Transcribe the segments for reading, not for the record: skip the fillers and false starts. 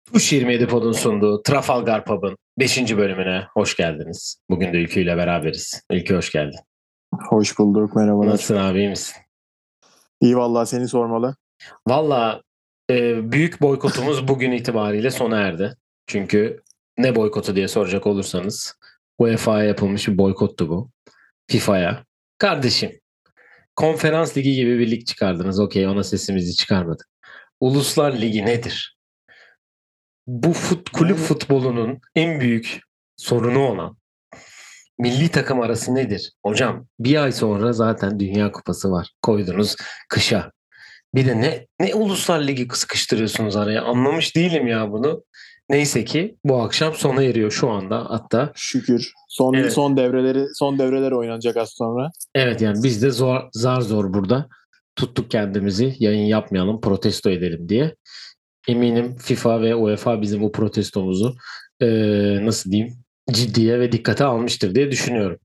Tuş 27 Pod'un sunduğu Trafalgar Pub'ın 5. bölümüne hoş geldiniz. Bugün de Ülkü ile beraberiz. Ülkü hoş geldin. Hoş bulduk, merhabalar. Nasılsın abi, iyi misin? İyi vallahi seni sormalı. Valla büyük boykotumuz bugün itibariyle sona erdi. Çünkü ne boykotu diye soracak olursanız UEFA'ya yapılmış bir boykottu bu. FIFA'ya. Kardeşim, konferans ligi gibi bir lig çıkardınız. Okey, ona sesimizi çıkarmadık. Uluslar Ligi nedir? Bu kulüp Yani futbolunun en büyük sorunu olan milli takım arası nedir? Hocam bir ay sonra zaten Dünya Kupası var. Koydunuz kışa. Bir de ne Uluslar Ligi sıkıştırıyorsunuz araya. Anlamış değilim ya bunu. Neyse ki bu akşam sona eriyor şu anda hatta. şükür son Evet. son devreler oynanacak az sonra. Evet, yani biz de zar zor burada tuttuk kendimizi, yayın yapmayalım, protesto edelim diye. Eminim FIFA ve UEFA bizim bu protestomuzu nasıl diyeyim, ciddiye ve dikkate almıştır diye düşünüyorum.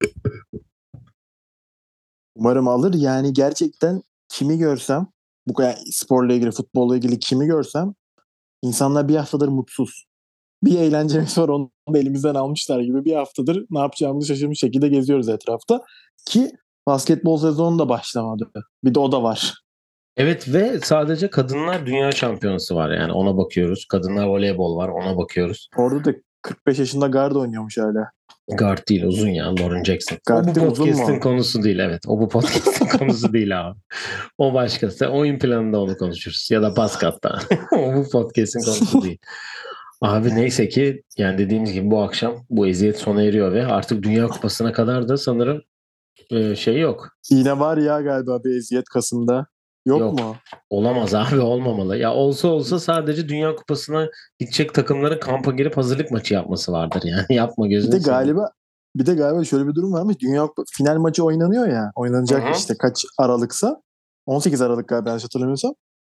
Umarım alır. Yani gerçekten kimi görsem bu kadar sporla ilgili, futbolla ilgili kimi görsem insanlar bir haftadır mutsuz. Bir eğlencemiz var onu da elimizden almışlar gibi bir haftadır ne yapacağımızı şaşırmış şekilde geziyoruz etrafta. Ki basketbol sezonu da başlamadı. Bir de o da var. Evet ve sadece kadınlar dünya şampiyonası var, yani ona bakıyoruz. Kadınlar voleybol var, ona bakıyoruz. Orada da 45 yaşında guard oynuyormuş hala. Guard değil, uzun ya, Lauren Jackson. O bu Guard uzun podcast'in mu? konusu değil, evet. O bu podcast'in konusu değil abi. O başkası. Oyun planında onu konuşuruz. Ya da Baskat'ta. O bu podcast'in konusu değil. Abi neyse ki yani dediğimiz gibi bu akşam bu eziyet sona eriyor ve artık Dünya Kupası'na kadar da sanırım şey yok. Yine var ya galiba bir eziyet Kasım'da. Yok Yok. mu? Olamaz abi, olmamalı. Ya olsa sadece Dünya Kupası'na gidecek takımların kampa girip hazırlık maçı yapması vardır. Yani yapma, Bir de gözünü seveyim. galiba bir de galiba şöyle bir durum varmış. Dünya final maçı oynanıyor ya. Hı Oynanacak hı. işte kaç Aralıksa. 18 Aralık galiba yanlış hatırlamıyorsam.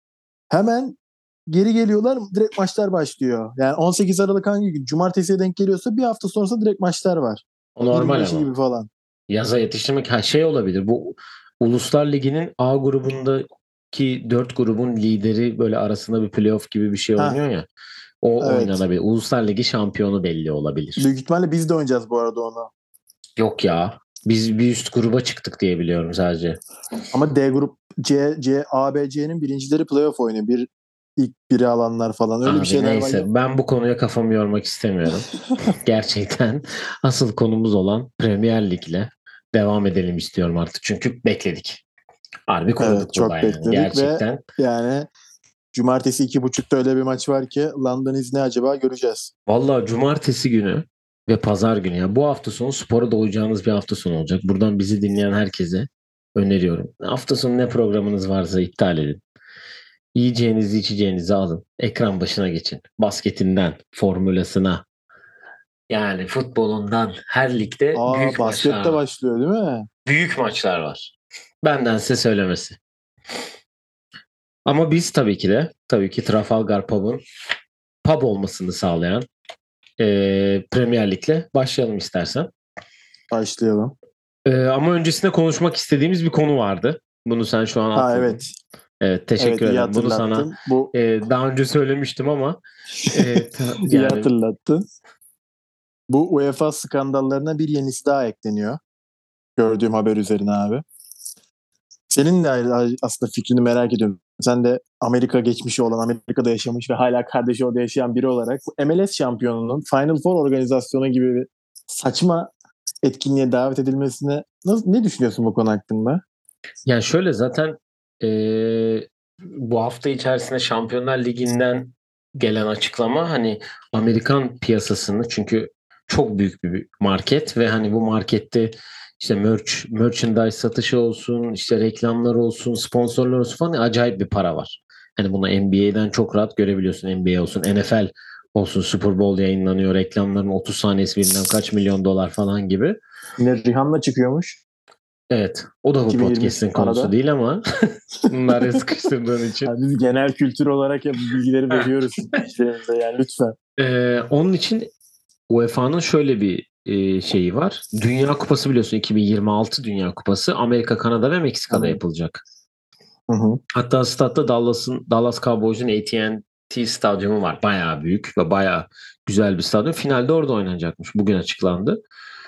Hemen geri geliyorlar. Direkt maçlar başlıyor. Yani 18 Aralık hangi gün? Cumartesiye denk geliyorsa bir hafta sonrası direkt maçlar var. O normal 25'i ama. gibi falan. Yaza yetiştirmek her şey olabilir. Bu Uluslar Ligi'nin A grubundaki 4 grubun lideri böyle arasında bir playoff gibi bir şey Ha, oynuyor ya. O evet. oynanabilir. Uluslar Ligi şampiyonu belli olabilir. Büyük ihtimalle biz de oynayacağız bu arada onu. Yok ya. Biz bir üst gruba çıktık diye biliyorum sadece. Ama D grup A, B, C'nin birincileri playoff oynuyor. İlk biri alanlar falan. Öyle bir Abi şeyler var neyse, ya. ben bu konuya kafamı yormak istemiyorum. Gerçekten asıl konumuz olan Premier Lig'le devam edelim istiyorum artık. Çünkü bekledik. Harbi Evet, kuruduk burada çok yani. bekledik ve Gerçekten. yani cumartesi 2.30'da öyle bir maç var ki London izni acaba göreceğiz. Vallahi cumartesi günü ve pazar günü, yani bu hafta sonu spora doyacağınız bir hafta sonu olacak. Buradan bizi dinleyen herkese öneriyorum. Hafta sonu ne programınız varsa iptal edin. Yiyeceğinizi içeceğinizi alın. Ekran başına geçin. Basketinden, formülasına, yani futbolundan, her ligde Aa, büyük baskette maçlar, başlıyor değil mi? büyük maçlar var. Benden size söylemesi. Ama biz tabii ki Trafalgar Pub'un pub olmasını sağlayan Premier Lig'le başlayalım istersen. Başlayalım. Ama öncesinde konuşmak istediğimiz bir konu vardı. Bunu sen şu an Ha, atladın. evet. Evet, teşekkür Evet, iyi ederim. Bunu sana hatırlattın. Bu daha önce söylemiştim ama iyi yani hatırlattın. Bu UEFA skandallarına bir yenisi daha ekleniyor. Gördüğüm haber üzerine abi. Senin de aslında fikrini merak ediyorum. Sen de Amerika geçmişi olan, Amerika'da yaşamış ve hala kardeşi orada yaşayan biri olarak bu MLS şampiyonunun Final Four organizasyonu gibi bir saçma etkinliğe davet edilmesine ne düşünüyorsun bu konu hakkında? yani şöyle zaten e, bu hafta içerisinde Şampiyonlar Ligi'nden gelen açıklama hani Amerikan piyasasını, çünkü çok büyük bir market ve hani bu markette işte merchandise satışı olsun, işte reklamlar olsun, sponsorlar olsun falan, acayip bir para var. Hani bunu NBA'den çok rahat görebiliyorsun. NBA olsun, NFL olsun, Super Bowl yayınlanıyor. Reklamların 30 saniyesi bilmem kaç milyon dolar falan gibi. Yine Rihanna çıkıyormuş Evet. O da bu 2023 podcast'in konusu arada. değil ama bunları sıkıştırdığın için. Yani biz genel kültür olarak ya bu bilgileri Heh. veriyoruz dinleyicilerimize yani lütfen. Onun için UEFA'nın şöyle bir şeyi var. Dünya Kupası, biliyorsun, 2026 Dünya Kupası Amerika, Kanada ve Meksika'da Evet. yapılacak. Hı hı. Hatta statta Dallas Cowboys'un Stadyumu var. Bayağı büyük ve bayağı güzel bir stadyum. Finalde orada oynanacakmış. Bugün açıklandı.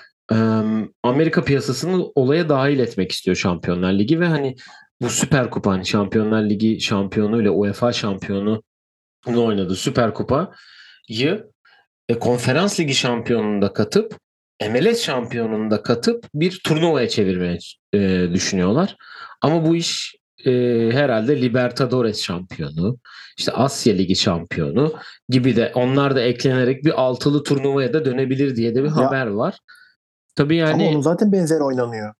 Amerika piyasasını olaya dahil etmek istiyor Şampiyonlar Ligi ve hani bu Süper Kupa, hani Şampiyonlar Ligi şampiyonu ile UEFA şampiyonu oynadı Süper Kupa'yı Konferans Ligi şampiyonunda katıp MLS şampiyonunda katıp bir turnuvaya çevirmeye düşünüyorlar. Ama bu iş herhalde Libertadores şampiyonu, işte Asya Ligi şampiyonu gibi de onlar da eklenerek bir altılı turnuvaya da dönebilir diye de bir Ya haber var. Tabii ama onun yani zaten benzer oynanıyor.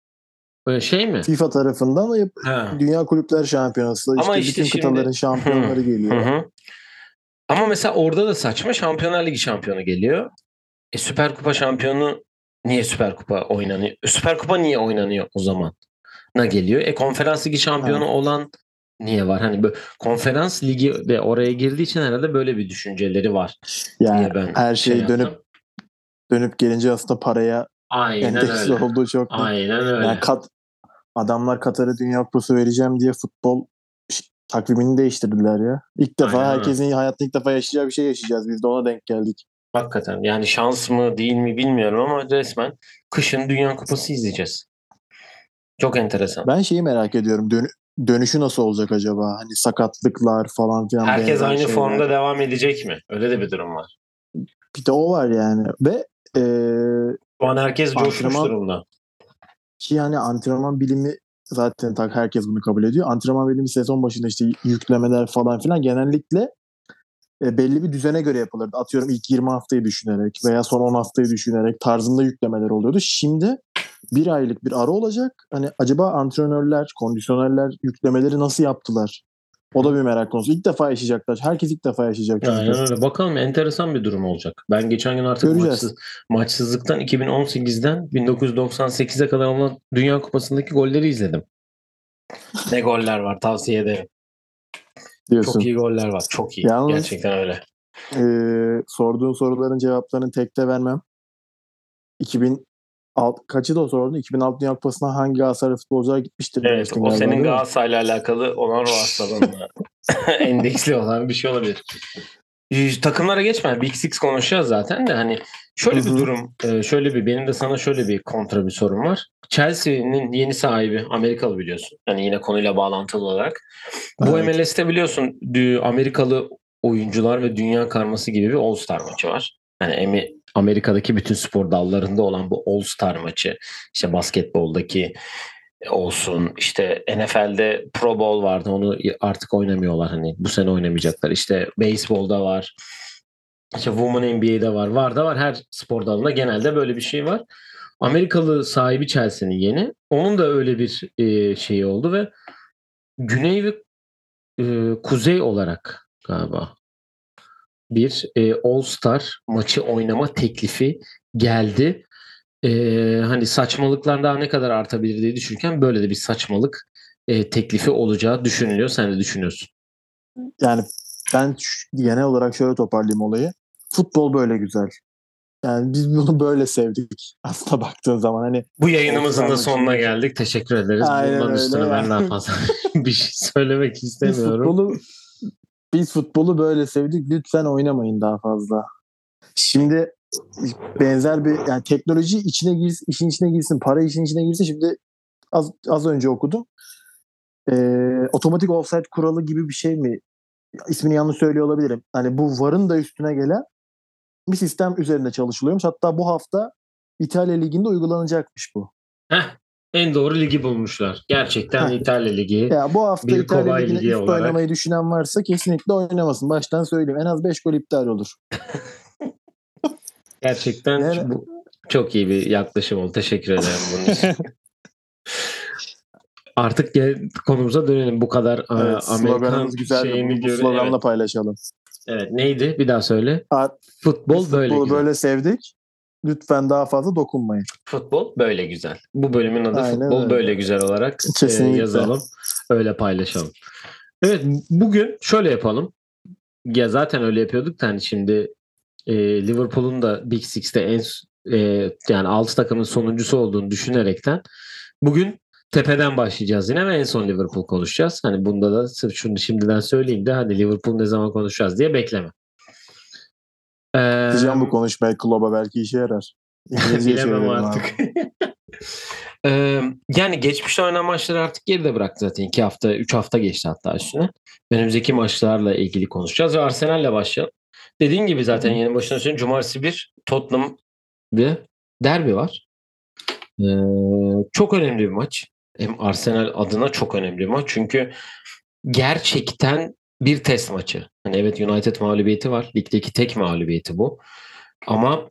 şey mi? FIFA tarafından Ha. Dünya Kulüpler Şampiyonası Ama işte işte bütün kıtaların şimdi şampiyonları hı geliyor. hı. Ama mesela orada da saçma, Şampiyonlar Ligi şampiyonu geliyor. Süper Kupa şampiyonu niye Süper Kupa oynanıyor? Süper Kupa niye oynanıyor o zaman? Na geliyor. Konferans Ligi şampiyonu Ha. olan niye var? Hani böyle Konferans Ligi de oraya girdiği için herhalde böyle bir düşünceleri var Yani diye ben her şey şey yaptım. dönüp gelince aslında paraya Aynen endeksli öyle. olduğu çok net. Aynen Yani öyle. adamlar Katar'a Dünya Kupası vereceğim diye futbol takvimini değiştirdiler ya. İlk defa Aynen öyle. herkesin hayatında ilk defa yaşayacağı bir şey yaşayacağız. Biz de ona denk geldik. Hakikaten. Yani şans mı değil mi bilmiyorum ama resmen kışın Dünya Kupası izleyeceğiz. Çok enteresan. Ben şeyi merak ediyorum. Dönüşü nasıl olacak acaba? Hani sakatlıklar falan filan Herkes benzer aynı şeyler. formda devam edecek mi? Öyle de bir durum var. Bir de o var yani. Ve Şu an herkes coşmuş antrenman durumda. ki yani antrenman bilimi zaten herkes bunu kabul ediyor. Antrenman bilimi sezon başında işte yüklemeler falan filan genellikle belli bir düzene göre yapılırdı. Atıyorum ilk 20 haftayı düşünerek veya son 10 haftayı düşünerek tarzında yüklemeler oluyordu. Şimdi bir aylık bir ara olacak. Hani acaba antrenörler, kondisyonerler yüklemeleri nasıl yaptılar? O da bir merak konusu. İlk defa yaşayacaklar. Herkes ilk defa yaşayacak çünkü. Aynen öyle. Bakalım, enteresan bir durum olacak. Ben geçen gün artık Göreceğiz maçsızlıktan 2018'den 1998'e kadar olan Dünya Kupası'ndaki golleri izledim. Ne goller var, tavsiye ederim. Çok diyorsun. iyi goller var. Çok iyi. Yalnız Gerçekten öyle. sorduğun soruların cevaplarını tekte vermem. 2006, kaçı da sordun? 2006 Dünya Kupası'na hangi Galatasaray futbolcular gitmiştir Evet, demiştin o galiba senin değil mi? Galatasaray'la alakalı olan ruh hastalığına endeksli olan bir şey olabilir. Takımlara geçmeden Big Six konuşacağız zaten de hani Hı şöyle bir hı. durum, benim de sana şöyle bir kontra bir sorum var. Chelsea'nin yeni sahibi Amerikalı, biliyorsun. Yani yine konuyla bağlantılı olarak. Bu Evet. MLS'te biliyorsun Amerikalı oyuncular ve dünya karması gibi bir All Star maçı var. Yani Amerika'daki bütün spor dallarında olan bu All Star maçı, işte basketboldaki olsun, işte NFL'de Pro Bowl vardı, onu artık oynamıyorlar, hani bu sene oynamayacaklar. İşte beyzbolda var, işte Women NBA'de var, var da var, her spor dalında genelde böyle bir şey var. Amerikalı sahibi Chelsea'nin yeni. Onun da öyle bir şeyi oldu ve güney ve kuzey olarak galiba bir All Star maçı oynama teklifi geldi. Hani saçmalıklar daha ne kadar artabilir diye düşünürken böyle de bir saçmalık teklifi olacağı düşünülüyor. Sen de düşünüyorsun. Yani ben genel olarak şöyle toparlayayım olayı. Futbol böyle güzel. Yani biz bunu böyle sevdik aslında baktığın zaman. Hani Bu All-Star yayınımızın da sonuna maçıdır. geldik. Teşekkür ederiz. Aynen Bundan öyle üstüne ben daha yani. fazla bir şey söylemek Biz istemiyorum. futbolu biz futbolu böyle sevdik. Lütfen oynamayın daha fazla. Şimdi benzer bir yani teknoloji işin içine girsin, para işin içine girsin. Şimdi az önce okudum. Otomatik offside kuralı gibi bir şey mi? İsmini yanlış söylüyor olabilirim. Hani bu VAR'ın da üstüne gelen bir sistem üzerinde çalışılıyormuş. Hatta bu hafta İtalya Ligi'nde uygulanacakmış bu. Heh, en doğru ligi bulmuşlar. Gerçekten Heh. İtalya Ligi Ya bu hafta bir İtalya kobay Ligi'ne ligi üst olarak oynamayı düşünen varsa kesinlikle oynamasın. Baştan söyleyeyim. En az 5 gol iptal olur. gerçekten Yani bu çok iyi bir yaklaşım oldu. Teşekkür ederim bunun için. Artık konumuza dönelim. Bu kadar evet, Amerikan sloganımız güzeldi. şeyini Bunu bu göre. Evet. sloganla paylaşalım. Evet. Neydi? Bir daha söyle. Biz Futbol böyle futbolu güzel. böyle sevdik. Lütfen daha fazla dokunmayın. Futbol böyle güzel. Bu bölümün adı Aynen Futbol öyle. Böyle Güzel olarak Kesinlikle. yazalım. Öyle paylaşalım. Evet, bugün şöyle yapalım. Ya zaten öyle yapıyorduk da hani şimdi Liverpool'un da Big Six'te yani 6 takımın sonuncusu olduğunu düşünerekten bugün tepeden başlayacağız yine ve en son Liverpool konuşacağız. Hani bunda da sırf şunu şimdiden söyleyeyim de hani Liverpool ne zaman konuşacağız diye bekleme. Diyeceğim bu konuşmaya Klopp'a belki işe yarar. İngilizceye Bilemem çevirelim artık. abi. Yani geçmişte oynanan maçları artık geride bıraktı zaten. 2 hafta, 3 hafta geçti hatta üstüne. Önümüzdeki maçlarla ilgili konuşacağız ve Arsenal'le başlayalım. Dediğin gibi zaten yeni başına söyleyeyim. Cumartesi bir Tottenham bir derbi var. Çok önemli bir maç. Hem Arsenal adına çok önemli bir maç. Çünkü gerçekten bir test maçı. Hani evet United mağlubiyeti var. Ligdeki tek mağlubiyeti bu. Ama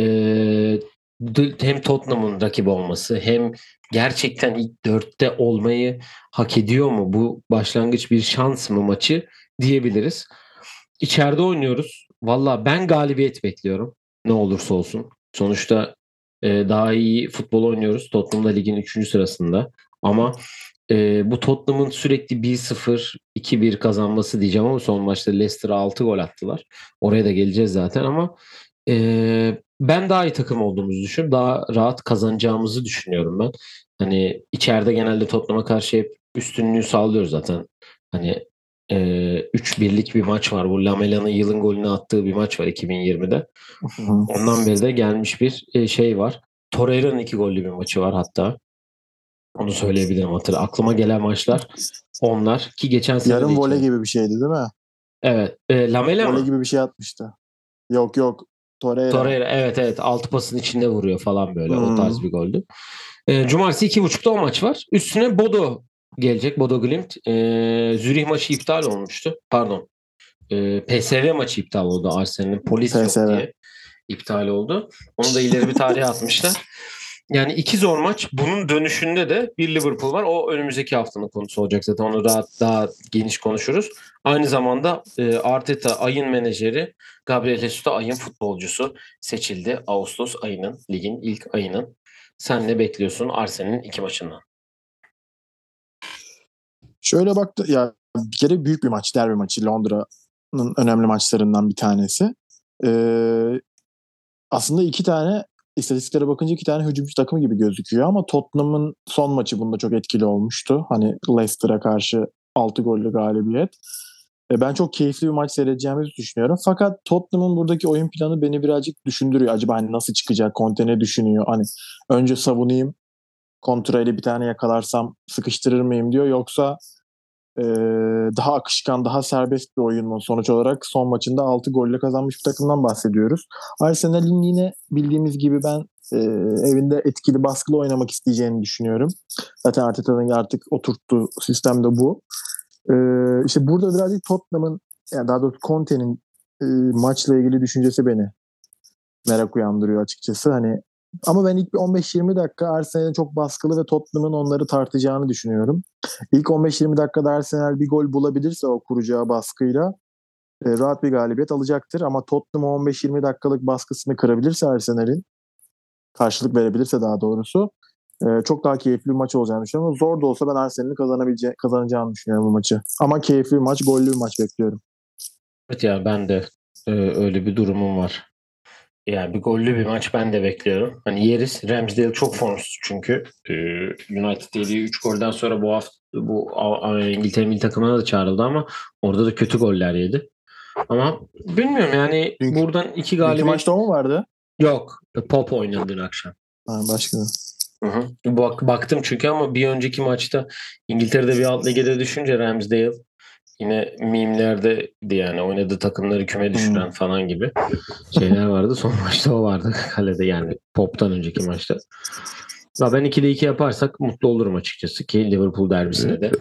hem Tottenham'ın rakibi olması hem gerçekten ilk dörtte olmayı hak ediyor mu? Bu başlangıç bir şans mı maçı diyebiliriz. İçeride oynuyoruz. Valla ben galibiyet bekliyorum. Ne olursa olsun. Sonuçta daha iyi futbol oynuyoruz. Tottenham da ligin 3. sırasında. Ama bu Tottenham'ın sürekli 1-0, 2-1 kazanması diyeceğim ama son maçta Leicester'a 6 gol attılar. Oraya da geleceğiz zaten ama ben daha iyi takım olduğumuzu düşünüyorum. Daha rahat kazanacağımızı düşünüyorum ben. Hani içeride genelde Tottenham'a karşı hep üstünlüğü sağlıyoruz zaten. Hani 3-1'lik bir maç var. Bu Lamela'nın yılın golünü attığı bir maç var 2020'de. Ondan beri de gelmiş bir şey var. Torreira'nın 2 gollü bir maçı var hatta. Onu söyleyebilirim hatırla. Aklıma gelen maçlar onlar ki geçen sene de Yarım voley içeride. gibi bir şeydi değil mi? Evet. Lamela Voley mı? gibi bir şey atmıştı. Yok. Torreira. Torreira evet altı pasın içinde vuruyor falan böyle. O tarz bir Hmm. goldü. Cumartesi 2.30'da o maç var. Üstüne Bodo gelecek. Bodo Glimt. Zürih maçı iptal olmuştu. Pardon. PSV maçı iptal oldu. Arsenal'in polis yok PSV. diye iptal oldu. Onu da ileri bir tarihe atmışlar. Yani iki zor maç. Bunun dönüşünde de bir Liverpool var. O önümüzdeki haftanın konusu olacak zaten. Onu daha geniş konuşuruz. Aynı zamanda Arteta ayın menajeri, Gabriel Jesus da ayın futbolcusu seçildi. Ağustos ayının, ligin ilk ayının. Sen ne bekliyorsun Arsenal'in 2 maçından? Şöyle baktı ya, bir kere büyük bir maç, derbi maçı, Londra'nın önemli maçlarından bir tanesi. Ee, Aslında iki tane, istatistiklere bakınca iki tane hücumcu takımı gibi gözüküyor ama Tottenham'ın son maçı bunda çok etkili olmuştu. Hani Leicester'a karşı 6 gollü galibiyet. Ben çok keyifli bir maç seyredeceğimizi düşünüyorum. Fakat Tottenham'ın buradaki oyun planı beni birazcık düşündürüyor. Acaba hani nasıl çıkacak, Conte ne düşünüyor? Hani önce savunayım, kontrayla bir tane yakalarsam sıkıştırır mıyım diyor. Yoksa e, daha akışkan, daha serbest bir oyun mu? Sonuç olarak son maçında 6 golle kazanmış bir takımdan bahsediyoruz. Arsenal'in yine bildiğimiz gibi ben evinde etkili, baskılı oynamak isteyeceğini düşünüyorum. Zaten Arteta'nın artık oturttuğu sistem de bu. İşte burada birazcık Tottenham'ın, yani daha doğrusu Conte'nin maçla ilgili düşüncesi beni merak uyandırıyor açıkçası. Hani ama ben ilk bir 15-20 dakika Arsenal'in çok baskılı ve Tottenham'ın onları tartacağını düşünüyorum. İlk 15-20 dakikada Arsenal bir gol bulabilirse o kuracağı baskıyla rahat bir galibiyet alacaktır. Ama Tottenham 15-20 dakikalık baskısını kırabilirse, Arsenal'in karşılık verebilirse daha doğrusu, çok daha keyifli bir maç olacağını düşünüyorum. Zor da olsa ben Arsenal'in kazanacağını düşünüyorum bu maçı. Ama keyifli bir maç, gollü bir maç bekliyorum. Evet ya ben de öyle bir durumum var. Yani bir gollü bir maç ben de bekliyorum. Hani yeriz. Ramsdale çok formsuz çünkü. United yediği 3 golden sonra bu hafta İngiltere milli takımına da çağrıldı ama orada da kötü goller yedi. Ama bilmiyorum yani Dünkü, buradan 2 dünkü galibiyet maçta o mu vardı? yok. Pop oynadı dün akşam. Ha, başka. Hı hı. Baktım çünkü ama bir önceki maçta İngiltere'de bir alt ligede düşünce Ramsdale yine mimlerdeydi yani oynadığı takımları küme Hmm. düşüren falan gibi şeyler vardı. Son maçta o vardı kalede yani Pop'tan önceki maçta. Ya ben 2'de 2 yaparsak mutlu olurum açıkçası ki Liverpool derbisine de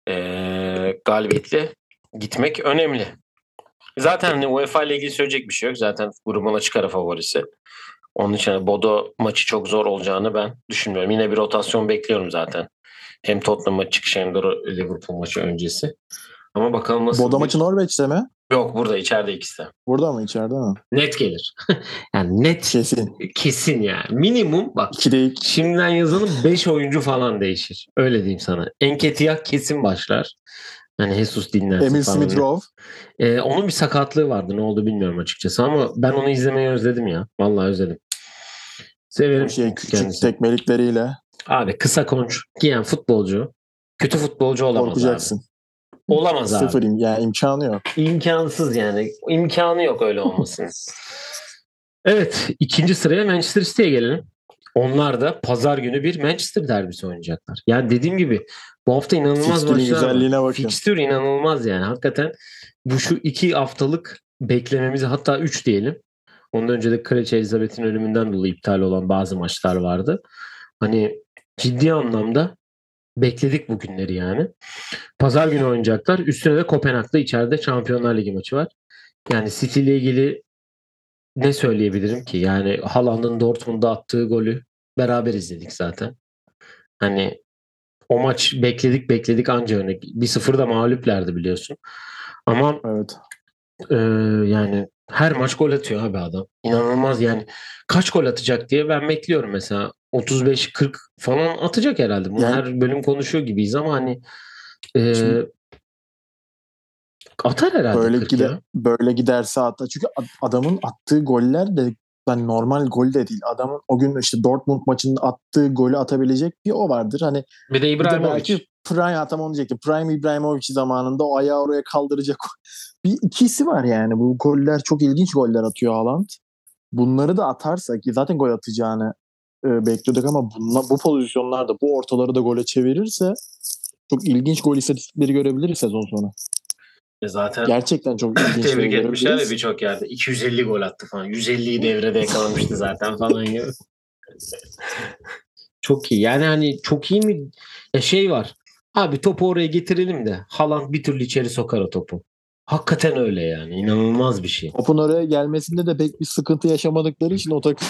galibiyetle gitmek önemli. Zaten hani UEFA ile ilgili söyleyecek bir şey yok. Zaten grubun açık ara favorisi. Onun için hani Bodo maçı çok zor olacağını ben düşünmüyorum. Yine bir rotasyon bekliyorum zaten. Hem Tottenham maçı çıkışı hem de Liverpool maçı öncesi. Ama bakalım nasıl Boda maçı bir... Norveç'te mi? Yok burada içeride ikisi de. Burada mı, içeride mi? Net gelir. Yani net Kesin. kesin yani. Minimum bak 2'de 2. şimdiden yazalım 5 oyuncu falan değişir. Öyle diyeyim sana. Enketiah kesin başlar. Hani Jesus dinlensin Emil falan. Smith-Rowe. Onun bir sakatlığı vardı. Ne oldu bilmiyorum açıkçası ama ben onu izlemeyi özledim ya. Vallahi özledim. O Severim çünkü küçük kendisini. tekmelikleriyle. Abi kısa konç giyen futbolcu kötü futbolcu olamaz abi. Korkacaksın. Olamaz Sıfır abi. yani imkanı yok. İmkansız yani. İmkanı yok öyle olmasının. Evet, ikinci sıraya Manchester City'ye gelelim. Onlar da pazar günü bir Manchester derbisi oynayacaklar. Yani dediğim gibi bu hafta inanılmaz Fikstürün maçlar var. güzelliğine bakın. Fikstür inanılmaz yani. Hakikaten bu şu 2 haftalık beklememizi, hatta 3 diyelim. Ondan önce de Kraliçe Elizabeth'in ölümünden dolayı iptal olan bazı maçlar vardı. Hani ciddi anlamda bekledik bu günleri yani. Pazar günü oynayacaklar. Üstüne de Kopenhag'da içeride Şampiyonlar Ligi maçı var. Yani City ile ilgili ne söyleyebilirim ki? Yani Haaland'ın Dortmund'da attığı golü beraber izledik zaten. Hani o maç bekledik anca öne. 1-0 da mağluplerdi biliyorsun. Ama Evet. e, yani her maç gol atıyor abi adam. İnanılmaz yani. Kaç gol atacak diye ben bekliyorum mesela. 35-40 falan atacak herhalde. Bunu Yani her bölüm konuşuyor gibiyiz ama hani e, şimdi atar herhalde böyle 40 ya. böyle giderse hatta çünkü adamın attığı goller de ben normal gol de değil. Adamın o gün işte Dortmund maçında attığı golü atabilecek bir o vardır. Hani Bir de bir de İbrahimovic. belki tam onu diyecektim. Prime İbrahimovic zamanında o ayağı oraya kaldıracak bir ikisi var yani. Bu goller çok ilginç goller atıyor Haaland. Bunları da atarsa ki zaten gol atacağını bekliyorduk ama bu pozisyonlarda bu ortaları da gole çevirirse çok ilginç gol istatistikleri görebiliriz sezon sonu. Zaten Gerçekten çok ilginçleri tebrik etmişler ya görebiliriz. birçok yerde. 250 gol attı falan. 150'yi devrede yakalamıştı zaten falan gibi. Çok iyi. Yani hani çok iyi mi? Ya şey var. Abi topu oraya getirelim de Haaland bir türlü içeri sokar o topu. Hakikaten öyle yani. İnanılmaz bir şey. Topun oraya gelmesinde de pek bir sıkıntı yaşamadıkları için o takım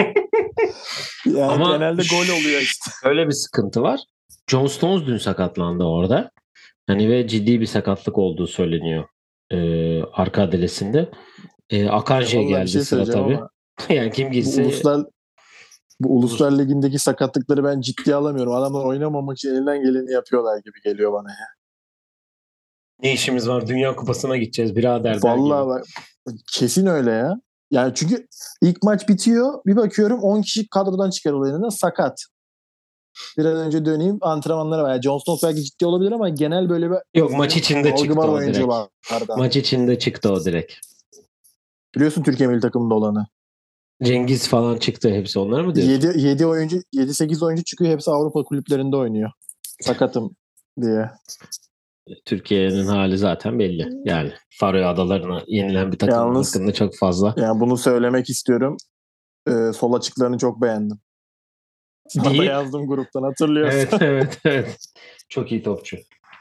yani Ama genelde gol oluyor işte. şöyle bir sıkıntı var. John Stones dün sakatlandı orada. Hani ve ciddi bir sakatlık olduğu söyleniyor. Arka adalesinde. Ya Akanji'ye vallahi bir geldi şey sıra söyleyeceğim tabii. ama Yani kim bu girse uluslar bu ulus Uluslar Ligi'ndeki sakatlıkları ben ciddiye alamıyorum. Adamlar oynamamak için elinden geleni yapıyorlar gibi geliyor bana ya. ne işimiz var? Dünya Kupası'na gideceğiz birader der gibi. Vallahi bak, kesin öyle ya. Yani çünkü ilk maç bitiyor. Bir bakıyorum 10 kişi kadrodan çıkarılıyor. Elinden sakat. Bir an önce döneyim antrenmanlara var. Yani John Stones belki ciddi olabilir ama genel böyle bir Yok, maç içinde algı var çıktı o direkt. oyunculardan. Maç içinde çıktı o direkt. Biliyorsun Türkiye milli takımında olanı. Cengiz falan çıktı, hepsi onlar mı diyorsun? 7 oyuncu 7-8 oyuncu çıkıyor. Hepsi Avrupa kulüplerinde oynuyor. Sakatım diye. Türkiye'nin hali zaten belli. Yani Faroe Adaları'na yenilen bir takım Yalnız hakkında çok fazla yani bunu söylemek istiyorum. Sol açıklarını çok beğendim. Sana da deyip yazdım gruptan evet hatırlıyorsan. evet evet. Çok iyi topçu.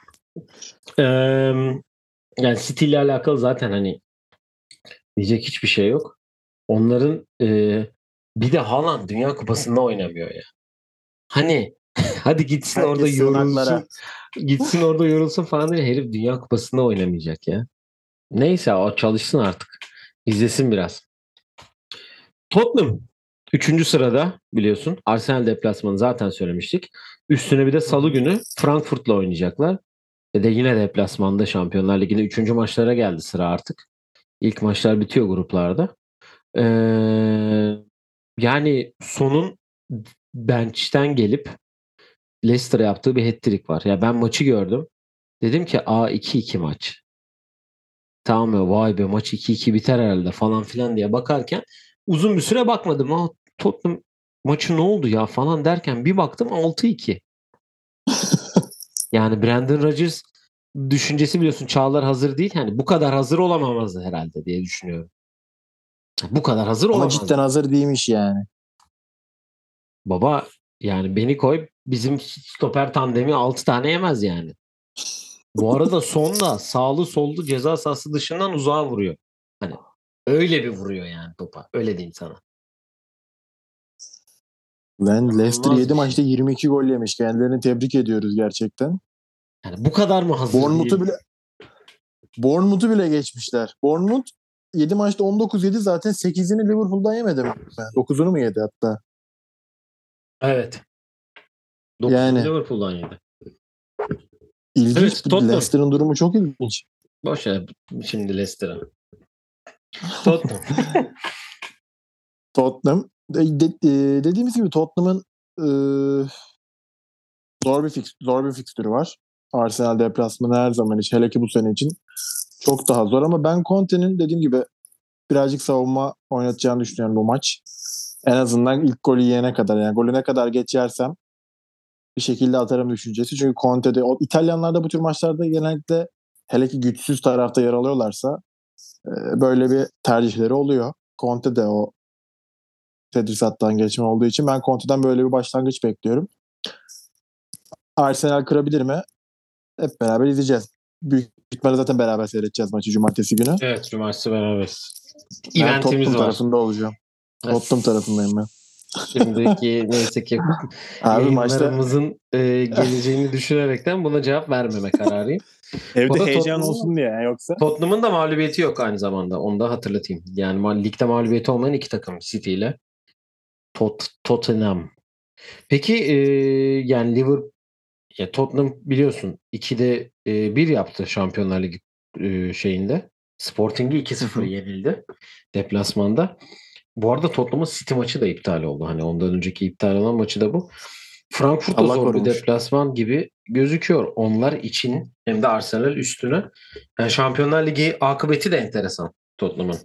Yani City ile alakalı zaten hani diyecek hiçbir şey yok. Onların bir de Haaland Dünya Kupası'nda oynamıyor ya. Hani hadi gitsin orada Herkes sığınaklara. yorulsun. Gitsin orada yorulsun falan diye herif Dünya Kupası'nda oynamayacak ya. Neyse o çalışsın artık. İzlesin biraz. Tottenham üçüncü sırada biliyorsun. Arsenal deplasmanı zaten söylemiştik. Üstüne bir de Hı Salı hı. günü Frankfurt'la oynayacaklar. Ve de yine deplasmanda Şampiyonlar Ligi'nde üçüncü maçlara geldi sıra artık. İlk maçlar bitiyor gruplarda. Ee, yani sonun bench'ten gelip Leicester'a yaptığı bir hat-trick var. Ya ben maçı gördüm. Dedim ki 2-2 maç. Tamam ya, vay be maç 2-2 biter herhalde falan filan diye bakarken uzun bir süre bakmadım. Tottenham maçı ne oldu ya falan derken bir baktım 6-2. Yani Brandon Rodgers düşüncesi biliyorsun, çağlar hazır değil. Yani bu kadar hazır olamamazdı herhalde diye düşünüyorum. Bu kadar hazır Ama cidden olamazdı. hazır değilmiş yani. Baba yani beni koy, bizim stoper tandemi 6 tane yemez yani. Bu arada sonda sağlı sollu ceza sahası dışından uzağa vuruyor. Hani öyle bir vuruyor yani topa. Öyle diyeyim sana. Leicester İnanılmaz 7 bir şey. maçta 22 gol yemiş. Kendilerini tebrik ediyoruz gerçekten. Yani bu kadar mı hazır Bournemouth'u değil? bile Bournemouth'u bile geçmişler. Bournemouth 7 maçta 19 yedi zaten 8'ini Liverpool'dan yemedi mi? 9'unu mu yedi hatta? Evet. 9'unu Yani Liverpool'dan yedi. ilginç. Evet, Tottenham. Leicester'ın durumu çok ilginç. Boş ver şimdi Leicester'a. Tottenham. Tottenham dediğimiz gibi Tottenham'ın zor bir fikstürü var. Arsenal deplasmanı her zaman için, hele ki bu sene için çok daha zor, ama ben Conte'nin dediğim gibi birazcık savunma oynatacağını düşünüyorum bu maç. En azından ilk golü yiyene kadar, yani golü ne kadar geç yersem bir şekilde atarım düşüncesi. Çünkü Conte'de İtalyanlar da bu tür maçlarda genellikle, hele ki güçsüz tarafta yer alıyorlarsa böyle bir tercihleri oluyor. Conte de o tedrisattan geçme olduğu için ben Conte'den böyle bir başlangıç bekliyorum. Arsenal kırabilir mi? Hep beraber izleyeceğiz. Büyük ihtimalle zaten beraber seyredeceğiz maçı cumartesi günü. Evet, cumartesi beraberiz. Ben Eventimiz Tottenham var. tarafında olacağım. Tottenham tarafındayım ben. Şimdiki neyse ki Abi maçta yayınlarımızın geleceğini düşünerekten buna cevap vermeme kararıyım. Bu evde arada heyecan olsun diye yani, yoksa. Tottenham'ın da mağlubiyeti yok aynı zamanda. Onu da hatırlatayım. Yani ligde mağlubiyeti olmayan iki takım, City ile Tottenham. Peki yani Liverpool, ya Tottenham biliyorsun 2'de 1 yaptı Şampiyonlar Ligi şeyinde. Sporting'i Hı 2-0 hı. yenildi deplasmanda. Bu arada Tottenham'ın City maçı da iptal oldu. Hani ondan önceki iptal olan maçı da bu. Frankfurt da Allah zor bir korumuş. deplasman gibi gözüküyor onlar için, hem de Arsenal üstüne. Yani Şampiyonlar Ligi akıbeti de enteresan Tottenham'ın.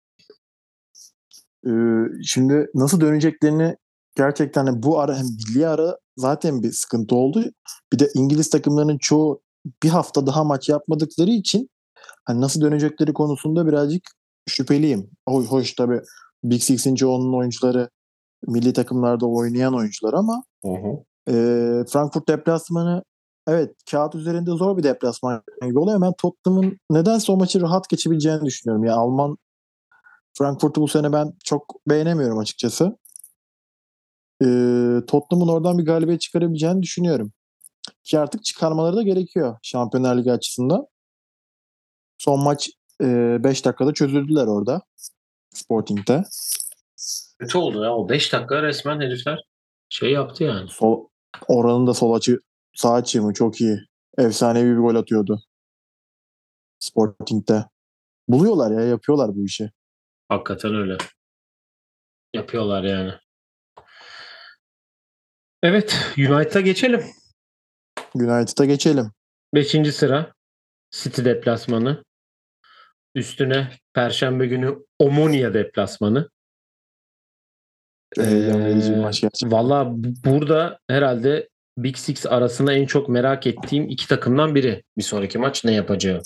Şimdi nasıl döneceklerini gerçekten, hani bu ara hem milli ara zaten bir sıkıntı oldu. Bir de İngiliz takımlarının çoğu bir hafta daha maç yapmadıkları için hani nasıl dönecekleri konusunda birazcık şüpheliyim. Hoş tabii Big Six'in çoğunun oyuncuları milli takımlarda oynayan oyuncular, ama Hı hı. Frankfurt deplasmanı, evet, kağıt üzerinde zor bir deplasman gibi oluyor. Ben Tottenham'ın nedense o maçı rahat geçebileceğini düşünüyorum. Ya Alman Frankfurt'u bu sene ben çok beğenemiyorum açıkçası. Tottenham'ın oradan bir galibiyet çıkarabileceğini düşünüyorum. Ki artık çıkarmaları da gerekiyor Şampiyonlar Ligi açısından. Son maç 5 dakikada çözüldüler orada Sporting'de. Kötü oldu ya. O 5 dakika resmen herifler şey yaptı yani. Sol, oranın da sol açı, sağ açı mı çok iyi. Efsanevi bir gol atıyordu Sporting'de. Buluyorlar ya, yapıyorlar bu işi. Hakikaten öyle. Yapıyorlar yani. Evet, United'a geçelim. United'a geçelim. 5. sıra City deplasmanı. Üstüne Perşembe günü Omonia deplasmanı. Heyecan verici bir maç gerçekten. Valla burada herhalde Big Six arasında en çok merak ettiğim iki takımdan biri. Bir sonraki maç ne yapacağı.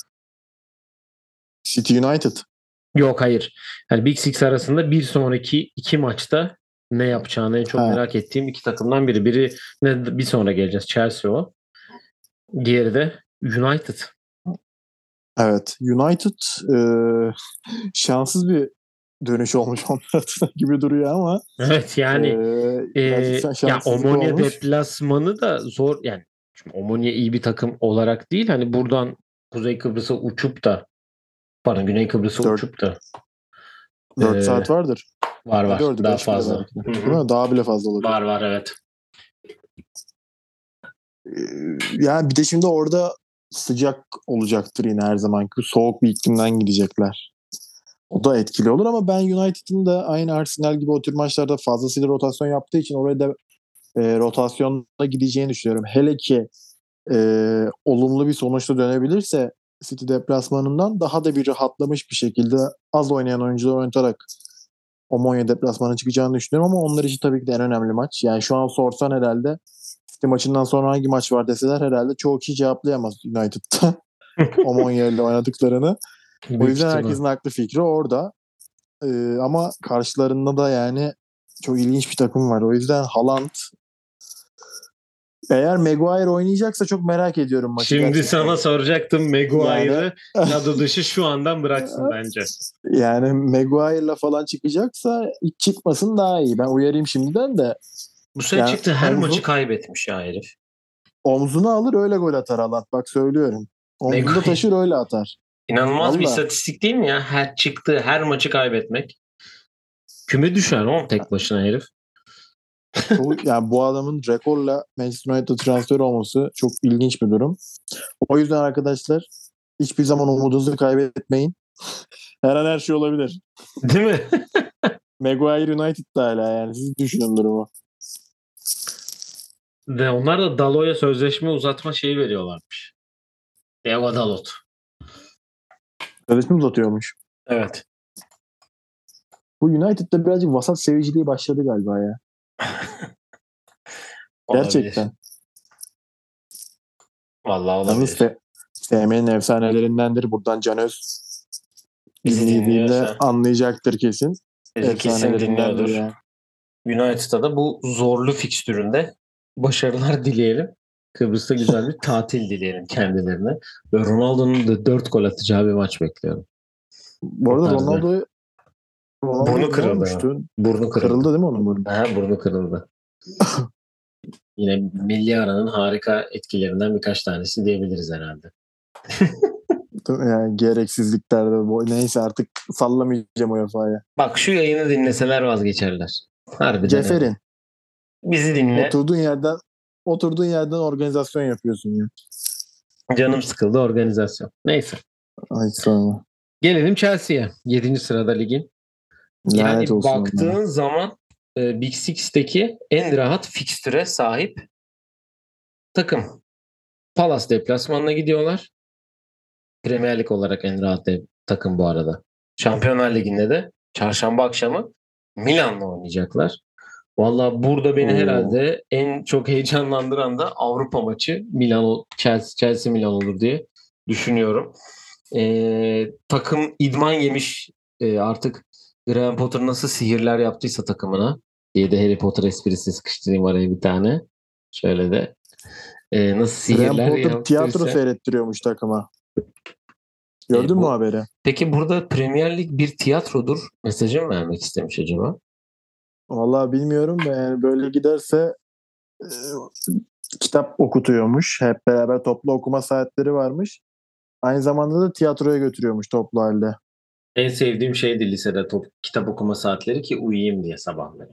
City United. Yok, hayır. Yani Big Six arasında bir sonraki iki maçta ne yapacağını en çok Ha, merak ettiğim iki takımdan biri. Biri ne, bir sonra geleceğiz. Chelsea o. Diğeri de United. evet. United e, şanssız bir dönüş olmuş onlar adına gibi duruyor, ama Evet yani birazcık ya şanssızlık Omonia olmuş. deplasmanı da zor yani. Şimdi Omonia iyi bir takım olarak değil, hani buradan Kuzey Kıbrıs'a uçup da, pardon, Güney Kıbrıs'a 4, uçup da 4 e, saat vardır. var Ne var 4'ü, daha 5 bile fazla. belki de. Hı Değil hı. mi? Daha bile fazla olabilir. Var var, evet. Yani bir de şimdi orada sıcak olacaktır yine her zamanki. Soğuk bir iklimden gidecekler. O da etkili olur, ama ben United'ın da aynı Arsenal gibi o tür maçlarda fazlasıyla rotasyon yaptığı için oraya da rotasyonla gideceğini düşünüyorum. Hele ki e, olumlu bir sonuçla dönebilirse City deplasmanından daha da bir rahatlamış bir şekilde az oynayan oyuncuları oynatarak Omonia deplasmanına çıkacağını düşünüyorum, ama onlar için tabii ki de en önemli maç. Yani şu an sorsan herhalde City maçından sonra hangi maç var deseler herhalde çoğu kişi cevaplayamaz United'da Omonia ile oynadıklarını. O Büyük yüzden ihtimal. herkesin aklı fikri orada. Ama karşılarında da yani çok ilginç bir takım var. O yüzden Haaland, eğer Maguire oynayacaksa çok merak ediyorum maçı Şimdi gerçekten. sana soracaktım, Yani Maguire'ı kadro dışı şu andan bıraksın bence. yani Maguire'la falan çıkacaksa hiç çıkmasın daha iyi. Ben uyarayım şimdiden de. Bu sene Yani çıktı, her maçı kaybetmiş ya herif. omzuna alır öyle gol atar Haaland. Bak söylüyorum. Omzunda Maguire taşır öyle atar. inanılmaz bir Valla. istatistik değil mi ya? Her çıktığı her maçı kaybetmek. Küme düşer oğlum tek başına herif. Yani bu adamın rekorla Manchester United transfer olması çok ilginç bir durum. O yüzden arkadaşlar hiçbir zaman umudunuzu kaybetmeyin. Her an her şey olabilir. Değil mi? Maguire United da hala, yani siz düşünün durumu. Ve onlar da Dalot'a sözleşme uzatma şeyi veriyorlarmış. Diego Dalot. Sözleşme uzatıyormuş. Evet. Bu United'da birazcık vasat seviciliği başladı galiba ya. Olabilir. Gerçekten. Vallahi Yalnız olabilir. FM'nin efsanelerindendir. Buradan Can Öz Bizi dinlediğinde dinliyorsa anlayacaktır kesin. bizi kesin Efsanelerindendir dinliyordur. yani. United'a da bu zorlu fikstüründe başarılar dileyelim. Kıbrıs'ta güzel bir tatil dileyelim kendilerine. Ve Ronaldo'nun da 4 gol atacağı bir maç bekliyorum. Bu O arada tarzda. Ronaldo Burnu ne kırıldı. olmuştu? Burnu Kırıldı kırıldı. değil mi onun burnu? Aha, burnu kırıldı. Yine milli aranın harika etkilerinden birkaç tanesi diyebiliriz herhalde. Yani gereksizliklerde neyse artık sallamayacağım UEFA'ya. Bak şu yayını dinleseler vazgeçerler. Harbiden öyle. Ceferin Bizi dinle. oturduğun yerden organizasyon yapıyorsun ya. Canım sıkıldı organizasyon. Neyse. Ay sonra. Gelelim Chelsea'ye. 7. sırada ligin. Lanet Yani olsun onlara. baktığın zaman Big Six'teki en rahat fikstüre sahip takım. Palace deplasmanına gidiyorlar. Premier Lig olarak en rahat takım bu arada. Şampiyonlar Ligi'nde de çarşamba akşamı Milan'la oynayacaklar. Valla burada beni Oo. herhalde en çok heyecanlandıran da Avrupa maçı Milan Chelsea Milan olur diye düşünüyorum. Takım idman yemiş, artık Graham Potter nasıl sihirler yaptıysa takımına diye de Harry Potter esprisi sıkıştırayım araya bir tane. Şöyle de nasıl Graham sihirler Potter tiyatro yaptıysa. seyrettiriyormuş takıma. Gördün mü Bu haberi? Peki burada Premier Lig bir tiyatrodur mesajı mı vermek istemiş acaba? Vallahi bilmiyorum da yani böyle giderse e, kitap okutuyormuş. Hep beraber toplu okuma saatleri varmış. Aynı zamanda da tiyatroya götürüyormuş toplu halde. En sevdiğim şeydi lisede kitap okuma saatleri ki uyuyayım diye sabahları.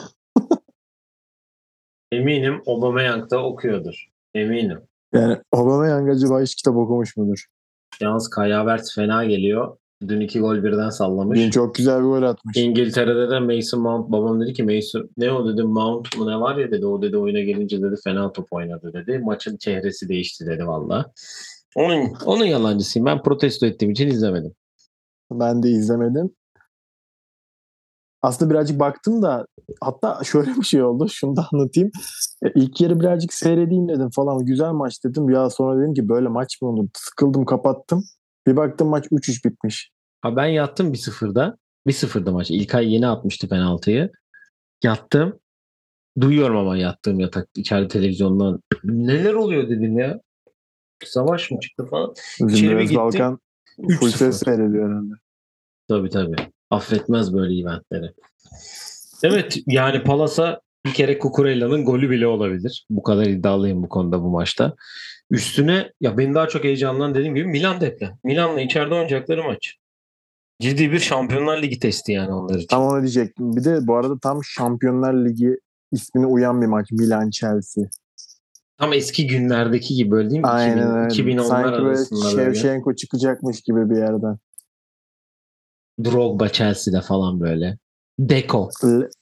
Eminim Aubameyang da okuyordur. Eminim. Yani Aubameyang acaba hiç kitap okumuş mudur? Yalnız Kai Havertz fena geliyor. Dün 2 gol birden Dün sallamış. çok güzel bir gol atmış. İngiltere'de de Mason Mount, babam dedi ki Mason ne o dedi, Mount mu ne var ya dedi, o dedi oyuna gelince dedi fena top oynadı dedi. Maçın çehresi değişti dedi valla. Onun yalancısıyım. Ben protesto ettiğim için izlemedim. Ben de izlemedim. Aslında birazcık baktım da hatta şöyle bir şey oldu. Şunu da anlatayım. İlk yarı birazcık seyredeyim dedim falan. Güzel maç dedim. Ya sonra dedim ki böyle maç mı olur? Sıkıldım kapattım. Bir baktım maç 3-3 bitmiş. Ha ben yattım 1-0'da. 1-0'da maç. İlkay yeni atmıştı penaltıyı. Yattım. Duyuyorum ama yattığım yatak içeride televizyondan. Neler oluyor dedim ya. Savaş mı çıktı falan. Bizim İçeri bir Öz gittim. Balkan full ses 3-0. seyrediyor herhalde. Tabii tabii. Affetmez böyle eventleri. Evet yani Palas'a bir kere Cucurella'nın golü bile olabilir. Bu kadar iddialıyım bu konuda bu maçta. Üstüne ya beni daha çok heyecanlandıran dediğim gibi Milan depla. Milan'la içeride oynayacakları maç. Ciddi bir Şampiyonlar Ligi testi yani onlar Tam için. onu diyecektim. Bir de bu arada tam Şampiyonlar Ligi ismine uyan bir maç. Milan-Chelsea. Tam eski günlerdeki gibi böyle değil mi? Aynen 2000, öyle. 2010'lar Sanki böyle arasında böyle. Shevchenko çıkacakmış gibi bir yerden. Drogba Chelsea'de falan böyle. Deco. L-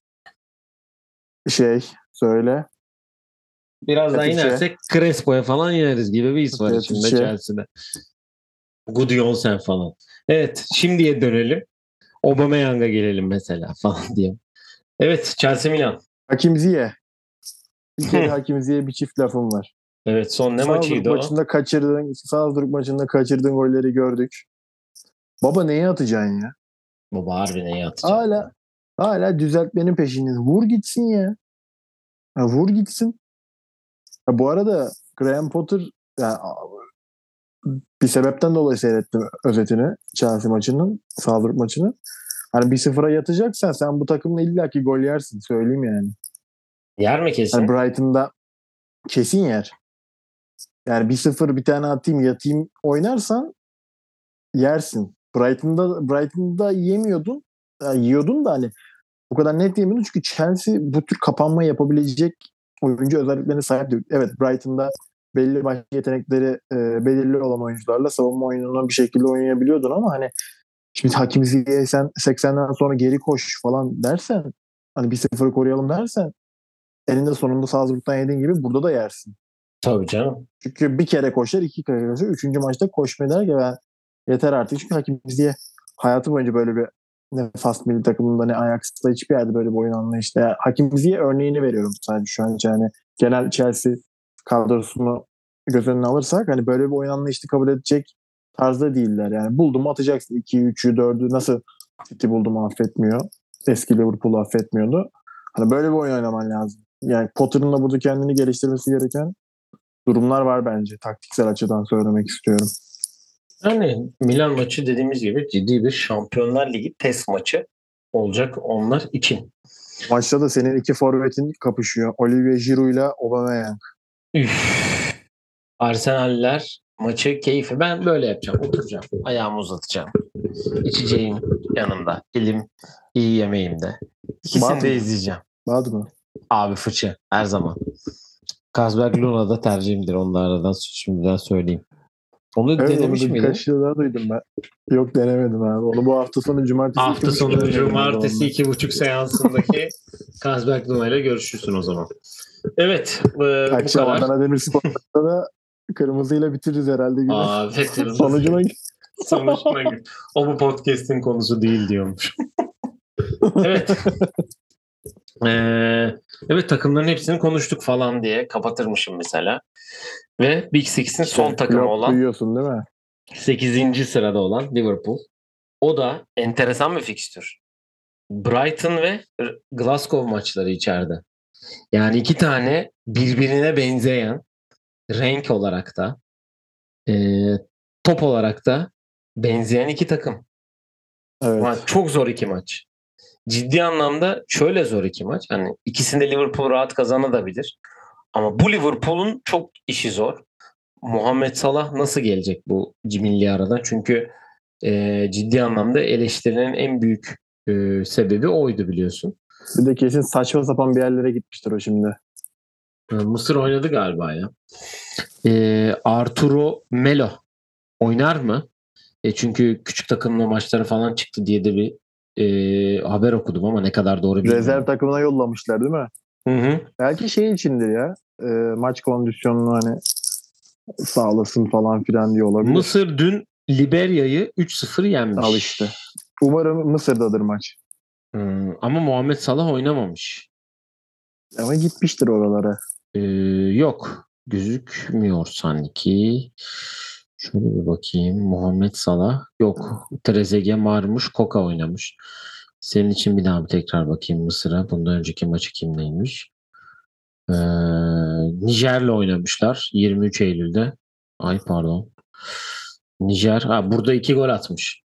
söyle. Biraz daha Petriçe. inersek Crespo'ya falan ineriz gibi bir his var içimde Petriçe. Chelsea'de. Gudjonsen falan. Evet şimdiye dönelim. Aubameyang'a gelelim mesela falan diye. Evet Chelsea Milan. Hakim Ziyech. Bir kere Hakim Ziyech'e bir çift lafım var. Evet son ne maçıydı o? Salzburg maçında kaçırdığın golleri gördük. Baba neye atacaksın ya? Baba harbi neye atacak Hala ya? hala düzeltmenin peşindeyiz. Vur gitsin ya. Ha, vur gitsin. Ha, bu arada Graham Potter yani, bir sebepten dolayı seyrettim özetini Chelsea maçının, Salzburg maçını. Hani 1-0'a yatacaksan sen bu takımla illaki gol yersin söyleyeyim yani. Yer mi Hani kesin? Brighton'da kesin yer. Yani 1-0 bir tane atayım yatayım oynarsan yersin. Brighton'da yemiyordun. Yani yiyordun da hani bu kadar net yemiyordun çünkü Chelsea bu tür kapanma yapabilecek oyuncu özelliklerine sahipti. Evet Brighton'da belli başlı yetenekleri belirli olan oyuncularla savunma oyununa bir şekilde oynayabiliyordun ama hani şimdi Hakim Ziyech'e sen 80'den sonra geri koş falan dersen hani 1-0 koruyalım dersen eninde sonunda Salzburg'dan yediğin gibi burada da yersin. Tabii canım. Çünkü bir kere koşar, iki kere koşar. Üçüncü maçta koşmaya der ki ben yeter artık. Çünkü Hakim Ziyech hayatı boyunca böyle bir, ne Fas milli takımında ne Ajax'ta hiçbir yerde böyle bir oyun anlayışta. Yani Hakim Ziyech örneğini veriyorum sadece şu an. Yani genel Chelsea kadrosunu göz önüne alırsak hani böyle bir oyun anlayışını kabul edecek tarzda değiller. Yani buldum mu atacaksın. 2'yi, 3'ü, 4'ü nasıl City buldu mu affetmiyor. Eski Liverpool'u affetmiyordu. Hani böyle bir oyun oynaman lazım. Yani Potter'ın da burada kendini geliştirmesi gereken durumlar var bence. Taktiksel açıdan söylemek istiyorum. Yani Milan maçı dediğimiz gibi ciddi bir Şampiyonlar Ligi test maçı olacak onlar için. Maçta da senin iki forvetin kapışıyor. Olivier Giroud ile Aubameyang. Üf. Arsenaller maçı keyfi. Ben böyle yapacağım. Oturacağım. Ayağımı uzatacağım. İçeceğim yanımda. Elim iyi yemeğimde. İkisini de izleyeceğim. Vardı mı? Abi fıçı. Her zaman. Kazberg Luna da tercihimdir. Onu da aradan şimdiden söyleyeyim. Onu Evet, onu denemiş da miydin? birkaç yıl daha duydum ben. Yok, denemedim abi. Onu bu hafta sonu cumartesi Hafta 2.30'da sonu denedim cumartesi onunla. 2.30 seansındaki Kazberg Luna ile görüşürsün o zaman. Evet. Bu Akşam kadar. Adana Demirspor'da da kırmızıyla bitiririz herhalde gibi. Aa, Sonucuna sonucuna git. O bu podcast'in konusu değil diyormuş. Evet. Evet, takımların hepsini konuştuk falan diye kapatırmışım mesela. Ve Big Six'in son takımı Klopp olan duyuyorsun değil mi? 8. sırada olan Liverpool. O da enteresan bir fikstür. Brighton ve Glasgow maçları içeride. Yani iki tane birbirine benzeyen renk olarak da e, top olarak da benzeyen iki takım. Ama Evet. çok zor iki maç. Ciddi anlamda şöyle zor iki maç. Hani ikisinde Liverpool rahat kazanabilir. Ama bu Liverpool'un çok işi zor. Muhammed Salah nasıl gelecek bu milli aradan? Çünkü ciddi anlamda eleştirilerin en büyük sebebi oydu biliyorsun. Bir de kesin saçma sapan bir yerlere gitmiştir o şimdi. Mısır oynadı galiba ya. Arturo Melo oynar mı? Çünkü küçük takımla maçları falan çıktı diye de bir haber okudum ama ne kadar doğru Rezerv bilmiyorum. takımına yollamışlar değil mi? Hı hı. Belki şey içindir ya. Maç kondisyonunu hani sağlasın falan filan diye olabilir. Mısır dün Liberya'yı 3-0 Al yenmiş. işte. Umarım Mısır'dadır maç. Ama Muhammed Salah oynamamış. Ama gitmiştir oralara. Ee, Yok. Gözükmüyor sanki. Şöyle bir bakayım. Muhammed Salah. Yok. Trezeguet, Marmuş, Koka oynamış. Senin için bir daha bir tekrar bakayım Mısır'a. Bundan önceki maçı kimleymiş? Ee, Nijer'le oynamışlar 23 Eylül'de. Ay pardon. Nijer. Ha, burada 2 gol atmış.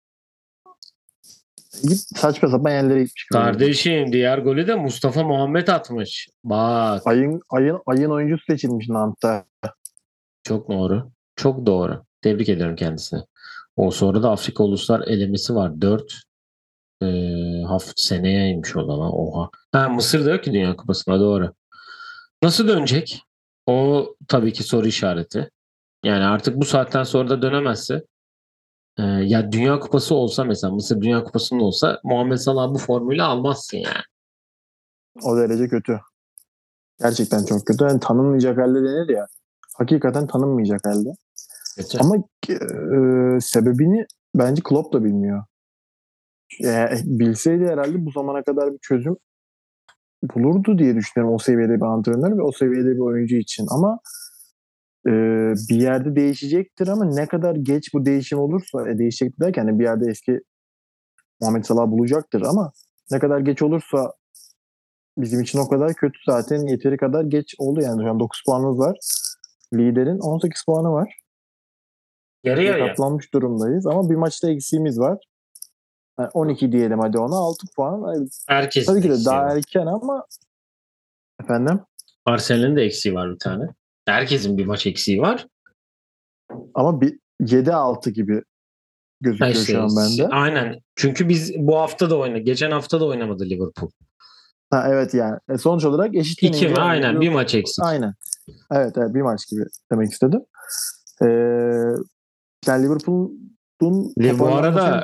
Saçma sapan yerlere gitmiş. Kardeşim diğer golü de Mustafa Muhammed atmış. Bak. Ayın oyuncusu seçilmiş Nant'ta. Çok doğru. Çok doğru. Tebrik ediyorum kendisine. O sonra da Afrika Uluslar elemesi var. 4 seneyeymiş o zaman. Oha. Ha, Mısır da yok ki Dünya Kupası'na, doğru. Nasıl dönecek? O tabii ki soru işareti. Yani artık bu saatten sonra da dönemezse ya Dünya Kupası olsa, mesela Mısır Dünya Kupası'nın olsa Muhammed Salah bu formülü almazsın yani. O derece kötü. Gerçekten çok kötü. Yani tanınmayacak halde denir ya. Hakikaten tanınmayacak halde. Kötü. Ama sebebini bence Klopp da bilmiyor. Bilseydi herhalde bu zamana kadar bir çözüm bulurdu diye düşünüyorum o seviyede bir antrenör ve o seviyede bir oyuncu için. Ama bir yerde değişecektir ama ne kadar geç bu değişim olursa değişecektir derken hani bir yerde eski Muhammed Salah bulacaktır ama ne kadar geç olursa bizim için o kadar kötü. Zaten yeteri kadar geç oldu yani. Şu an 9 puanımız var. Liderin 18 puanı var. Yarı Bize yarıya. katlanmış durumdayız ama bir maçta eksiğimiz var. Yani 12 diyelim hadi ona, 6 puan. Yani Herkesin tabii ki de eksiği daha var. erken ama efendim, Arsenal'in de eksiği var bir tane. Herkesin bir maç eksiği var. ama bir 7-6 gibi Ha gözüküyor şu işte, an bende. aynen. Çünkü biz bu hafta da oynadı. Geçen hafta da oynamadı Liverpool. Ha, evet yani. Sonuç olarak İki eşitlenince mi? yani Aynen. Bir maç eksik. aynen. Evet, evet, bir maç gibi demek istedim. Ee, Yani Liverpool'un Bu toparlanmasını arada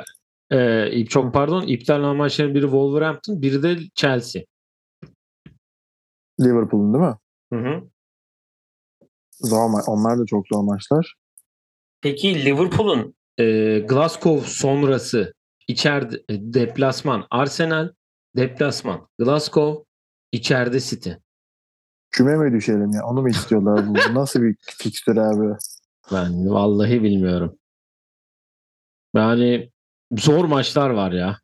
çok pardon, iptal olan maçların biri Wolverhampton, biri de Chelsea. Liverpool'un değil mi? Hı hı. Onlar da çok zor maçlar. Peki Liverpool'un Glasgow sonrası içeride deplasman Arsenal, deplasman Glasgow, içeride City. Küme mi düşelim ya? Onu mu istiyorlar? Bu nasıl bir fikstür abi? Ben vallahi bilmiyorum. Yani zor maçlar var ya.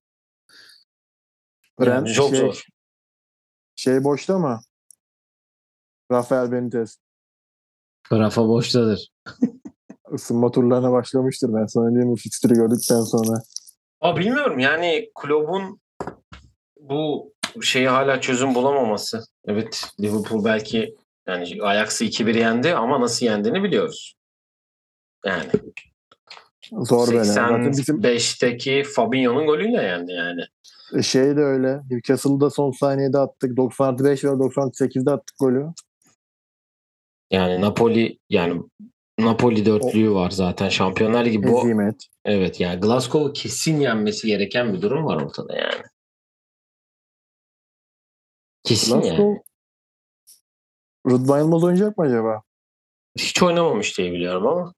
Yani çok Şey, zor. şey boşta mı? Rafael Benitez. Rafa boştadır. Isınma turlarına başlamıştır. Ben sana diyeyim bu fikstürü gördükten sonra. Bilmiyorum yani kulübün bu şeyi hala çözüm bulamaması. Evet, Liverpool belki yani Ajax'ı 2-1 yendi ama nasıl yendiğini biliyoruz. Yani Zor böyle. Zaten bizim 85'teki Fabinho'nun golüyle yendi yani. şey de öyle. Newcastle'da son saniyede attık. 90+5 ve 98'de attık golü. Yani Napoli O dörtlüğü var zaten. Şampiyonlar Ligi bu. hezimet. Evet yani Glasgow'u kesin yenmesi gereken bir durum var ortada yani. Kesin yani. Glasgow Rıdvan Yılmaz oynayacak mı acaba? Hiç oynamamış diye biliyorum ama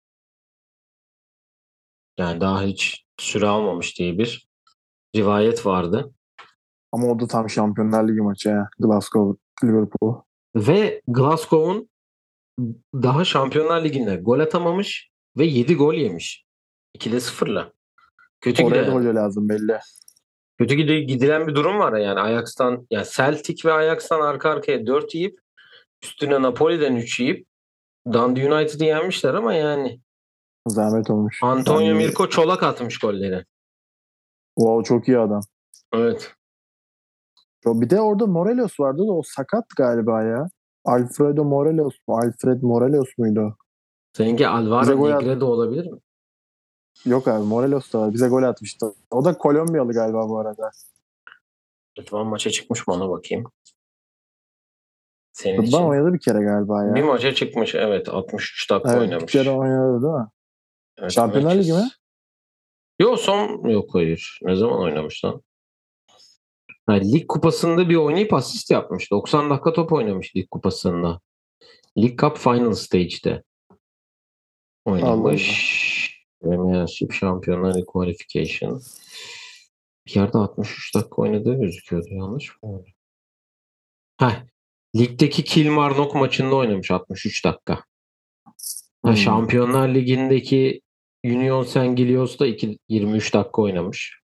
yani daha hiç süre almamış diye bir rivayet vardı. Ama o da tam Şampiyonlar Ligi maçı ya. Glasgow, Liverpool. Ve Glasgow'un daha Şampiyonlar Ligi'nde gol atamamış ve 7 gol yemiş. 2'de 0'la. Kötü Oraya da giden hoca lazım belli. gidilen bir durum var yani Ajax'tan yani Celtic ve Ajax'tan arka arkaya 4 yiyip üstüne Napoli'den 3 yiyip Dundee United'ı yenmişler ama yani Zahmet olmuş. Antonio Yani, Mirko çolak atmış golleri. wow, çok iyi adam. Evet. Bir de orada Morelos vardı da o sakat galiba ya. Alfredo Morelos mu? Alfred Morelos muydu? Seninki Bize Alvaro gol at Negredo olabilir mi? Yok abi, Morelos da var. Bize gol atmıştı. O da Kolombiyalı galiba bu arada. Rıdvan maça çıkmış mı ona bakayım. Senin Rıdvan için. oynadı bir kere galiba Bir ya. maça çıkmış evet 63 dakika Evet, bir kere oynamış. oynadı değil mi? Evet Şampiyonlar Ligi mi? Yok hayır. Ne zaman oynamış lan? Ha, Lig kupasında bir oynayıp asist yapmış. 90 dakika top oynamış lig kupasında. League Cup Final Stage'de Allah Allah. oynamış. Premiership Şampiyonlar Ligi Qualification. Bir yerde 63 dakika oynadığı gözüküyordu. Yanlış mı? Heh. Ligdeki Kilmarnock maçında oynamış 63 dakika. Ha, Hmm. Şampiyonlar Ligi'ndeki Union Saint-Gillois'ta 23 dakika oynamış.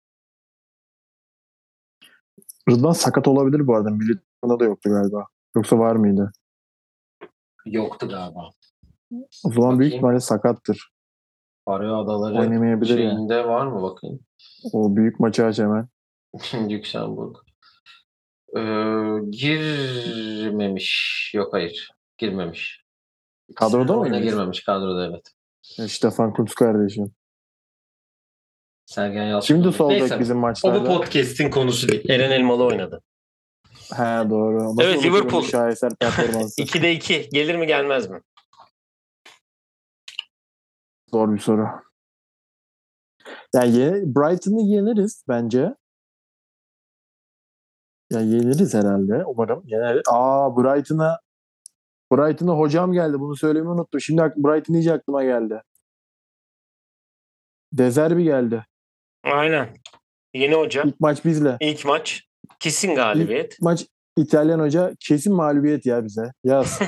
Rıdvan sakat olabilir bu arada. Milli takımda da yoktu galiba. Yoksa var mıydı? Yoktu galiba. O zaman büyük Bakayım. ihtimalle sakattır. Faroe Adaları Oynamayabilir yani. şeyinde var mı bakayım. O büyük maçı aç hemen. Lüksemburg. Girmemiş. Yok hayır. Girmemiş. İkisinin de Kadroda oyuna mıymış? girmemiş kadroda evet. Stefan Kuntz kardeşim. Sergen Yalçın Kimdi oynadı. sol bek Neyse. bizim O bu maçlarda? podcast'in konusu değil. Eren Elmalı oynadı. He, doğru. Nasıl Evet unuturum bu Liverpool. şaheser performansı? 2'de 2. Gelir mi gelmez mi? Zor bir soru. Yani Brighton'ı yeneriz bence. Yani yeneriz herhalde. Umarım yeneriz. Brighton'a hocam geldi. Bunu söylemeyi unuttum. Şimdi Brighton iyice aklıma geldi. De Zerbi geldi. Aynen. Yeni hoca. İlk maç bizle. İlk maç. Kesin İlk galibiyet. maç İtalyan hoca, kesin mağlubiyet ya bize. Yaz.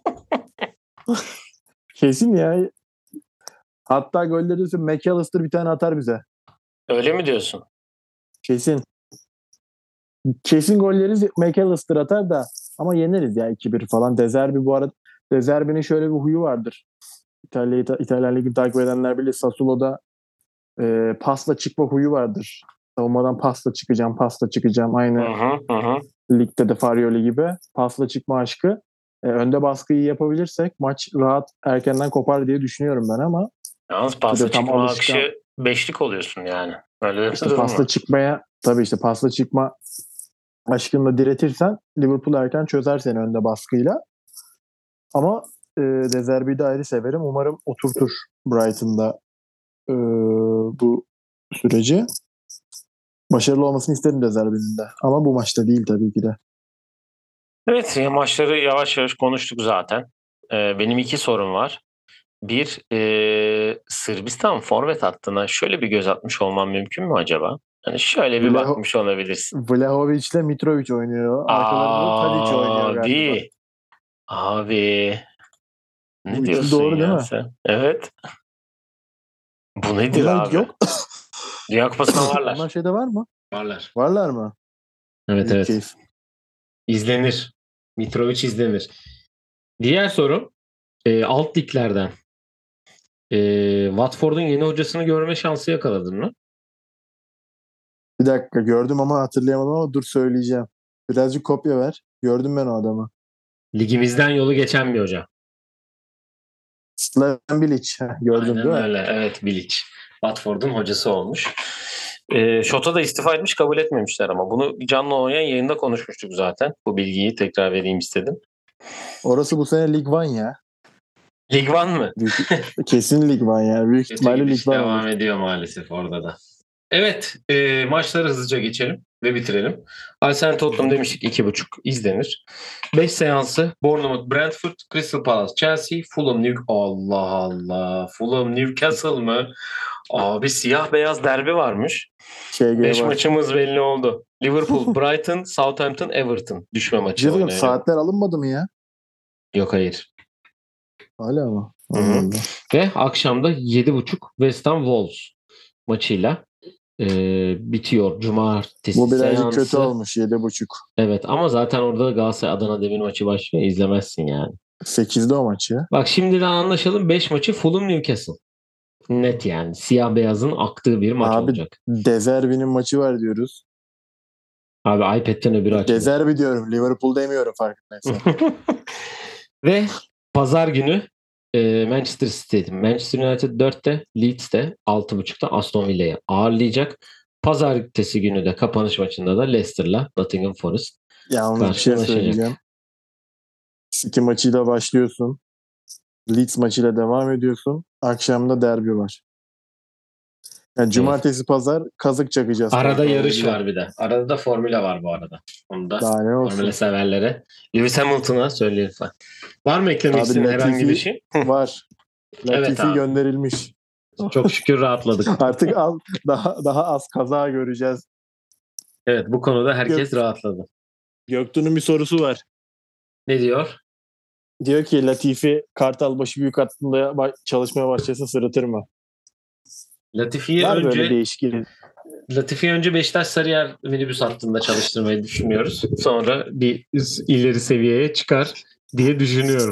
Kesin ya. Hatta golleri diyorsun McAllister bir tane atar bize. Öyle mi diyorsun? Kesin. Kesin golleri McAllister atar da ama yeneriz ya 2-1 falan. De Zerbi bu arada, De Zerbi'nin şöyle bir huyu vardır. İtalyan Ligi'ni takip edenler bilir. Sassuolo'da pasla çıkma huyu vardır. Savunmadan pasla çıkacağım. Hı Aynı hı hı. Hı. ligde de Farioli gibi. Pasla çıkma aşkı. Önde baskıyı yapabilirsek maç rahat erkenden kopar diye düşünüyorum ben ama Yalnız bir de pasta tam çıkma alışkan. akışı beşlik oluyorsun yani. Öyle bir İşte durum var. pasla çıkma aşkınla diretirsen Liverpool erken çözer seni önde baskıyla. Ama De Zerbi'yi de ayrı severim. Umarım oturtur Brighton'da e, bu süreci. Başarılı olmasını isterim De Zerbi'nin de. Ama bu maçta değil tabii ki de. Evet, maçları yavaş yavaş konuştuk zaten. Benim 2 sorum var. Bir, Sırbistan forvet hattına şöyle bir göz atmış olmam mümkün mü acaba? Hani şöyle bir Vlaho bakmış olabilirsin. Vlahovic'le Mitrovic oynuyor. Arkalarında da Tadic oynuyor galiba. Abi, abi, ne Bu üçlü diyorsun doğru değil ya mi? sen? Evet. Bu nedir Onlar abi? yok. Dünya Kupası'na Onlar varlar. şeyde var mı? Varlar. Varlar mı? Evet, Büyük evet. keyif. İzlenir. Mitrovic izlenir. Diğer sorum, alt liglerden. Watford'un yeni hocasını görme şansı yakaladın mı? Bir dakika gördüm ama hatırlayamadım ama dur söyleyeceğim. Birazcık kopya ver. Gördüm ben o adamı. Ligimizden yolu geçen bir hoca. Slaven Bilic. Heh, gördüm Aynen değil mi? öyle. Evet, Bilic. Watford'un hocası olmuş. Şota da istifa etmiş, kabul etmemişler ama. Bunu canlı oynayan yayında konuşmuştuk zaten. Bu bilgiyi tekrar vereyim istedim. Orası bu sene Lig 1 ya. Lig One mı? Büyük, kesin Lig 1 yani. Büyük Kötü ihtimalle Lig gidiş 1 olur. devam ediyor maalesef orada da. Evet, maçları hızlıca geçelim ve bitirelim. Arsenal Hı Tottenham hı. demiştik 2.5 izlenir. 5 seansı Bournemouth, Brentford, Crystal Palace, Chelsea, Fulham, Allah Allah. Fulham, Newcastle mı? Abi siyah beyaz derbi varmış. ŞG 5 var. maçımız belli oldu. Liverpool, Brighton, Southampton, Everton. Düşme Bir şey maçı söyleyeyim, oynanıyor. saatler alınmadı mı ya? Yok, hayır. Hala mı? Hı Allah hı. Allah. Ve akşamda 7.30 West Ham Wolves maçıyla bitiyor. Cumartesi Bu birazcık kötü seansı. olmuş 7.30. Evet ama zaten orada da Galatasaray Adana Demir maçı başlıyor. İzlemezsin yani. 8'de o maç ya. Bak şimdiden anlaşalım. 5 maçı Fulham Newcastle. Net yani. Siyah beyazın aktığı bir maç Abi olacak. Dezerbi'nin maçı var diyoruz. Abi iPad'ten öbürü açılır. Dezerbi diyorum. Liverpool demiyorum farkındaysan. Ve pazar günü Manchester City, Manchester United 4'te, Leeds'te 6.30'da Aston Villa'yı ağırlayacak. Pazartesi günü de kapanış maçında da Leicester'la Nottingham Forest Yalnız bir şey söyleyeceğim. karşılaşacak. City maçıyla başlıyorsun. Leeds maçıyla devam ediyorsun. Akşamda derbi var. Yani Evet. cumartesi pazar kazık çakacağız Arada Formula yarış 1'de. var bir de. Arada da Formula var bu arada. Onu da Daha ne Formula olsun. severlere. Lewis Hamilton'a söyle lütfen. Var mı eklemek Abi istediğin herhangi bir Latifi şey? var. Evet Latifi abi. gönderilmiş. Çok şükür rahatladık. Artık daha az kaza göreceğiz. Evet, bu konuda Gök, herkes rahatladı. Göktuğ'un bir sorusu var. Ne diyor? Diyor ki Latifi Kartalbaşı büyük hattında çalışmaya başlasa sırıtır mı? Latifi'yi Var böyle önce değişik. Latifi önce Beşiktaş Sarıyer minibüs hattında çalıştırmayı düşünüyoruz. Sonra bir ileri seviyeye çıkar diye düşünüyorum.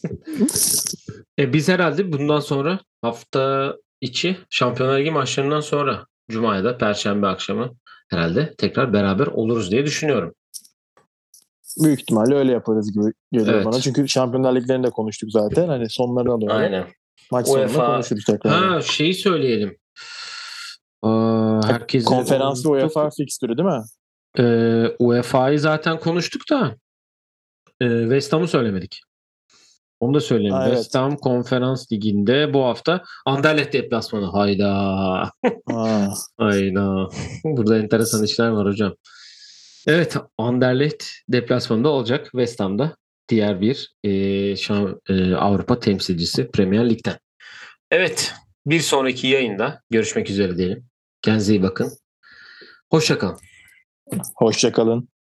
Biz herhalde bundan sonra hafta içi Şampiyonlar Ligi maçlarından sonra Cuma'ya da Perşembe akşamı herhalde tekrar beraber oluruz diye düşünüyorum. Büyük ihtimalle öyle yaparız gibi geliyor bana. Evet. Çünkü Şampiyonlar Ligleri'nde konuştuk zaten. Hani sonlarına doğru Aynen. maç sonunda UEFA konuşuruz tekrardan. şeyi söyleyelim. Herkesi Konferanslı unuttuk. UEFA fikstürü değil mi? UEFA'yı zaten konuştuk da West Ham'ı söylemedik. Onu da söyleyeyim. Ha, West evet. Ham Konferans Ligi'nde bu hafta Anderlecht deplasmanı. Hayda. Ha. Hayda. Burada enteresan işler var hocam. Evet, Anderlecht deplasmanında olacak West Ham'da. Diğer bir Avrupa temsilcisi Premier Lig'den. Evet, bir sonraki yayında görüşmek üzere diyelim. Kendinize iyi bakın. Hoşça kalın. Hoşça kalın.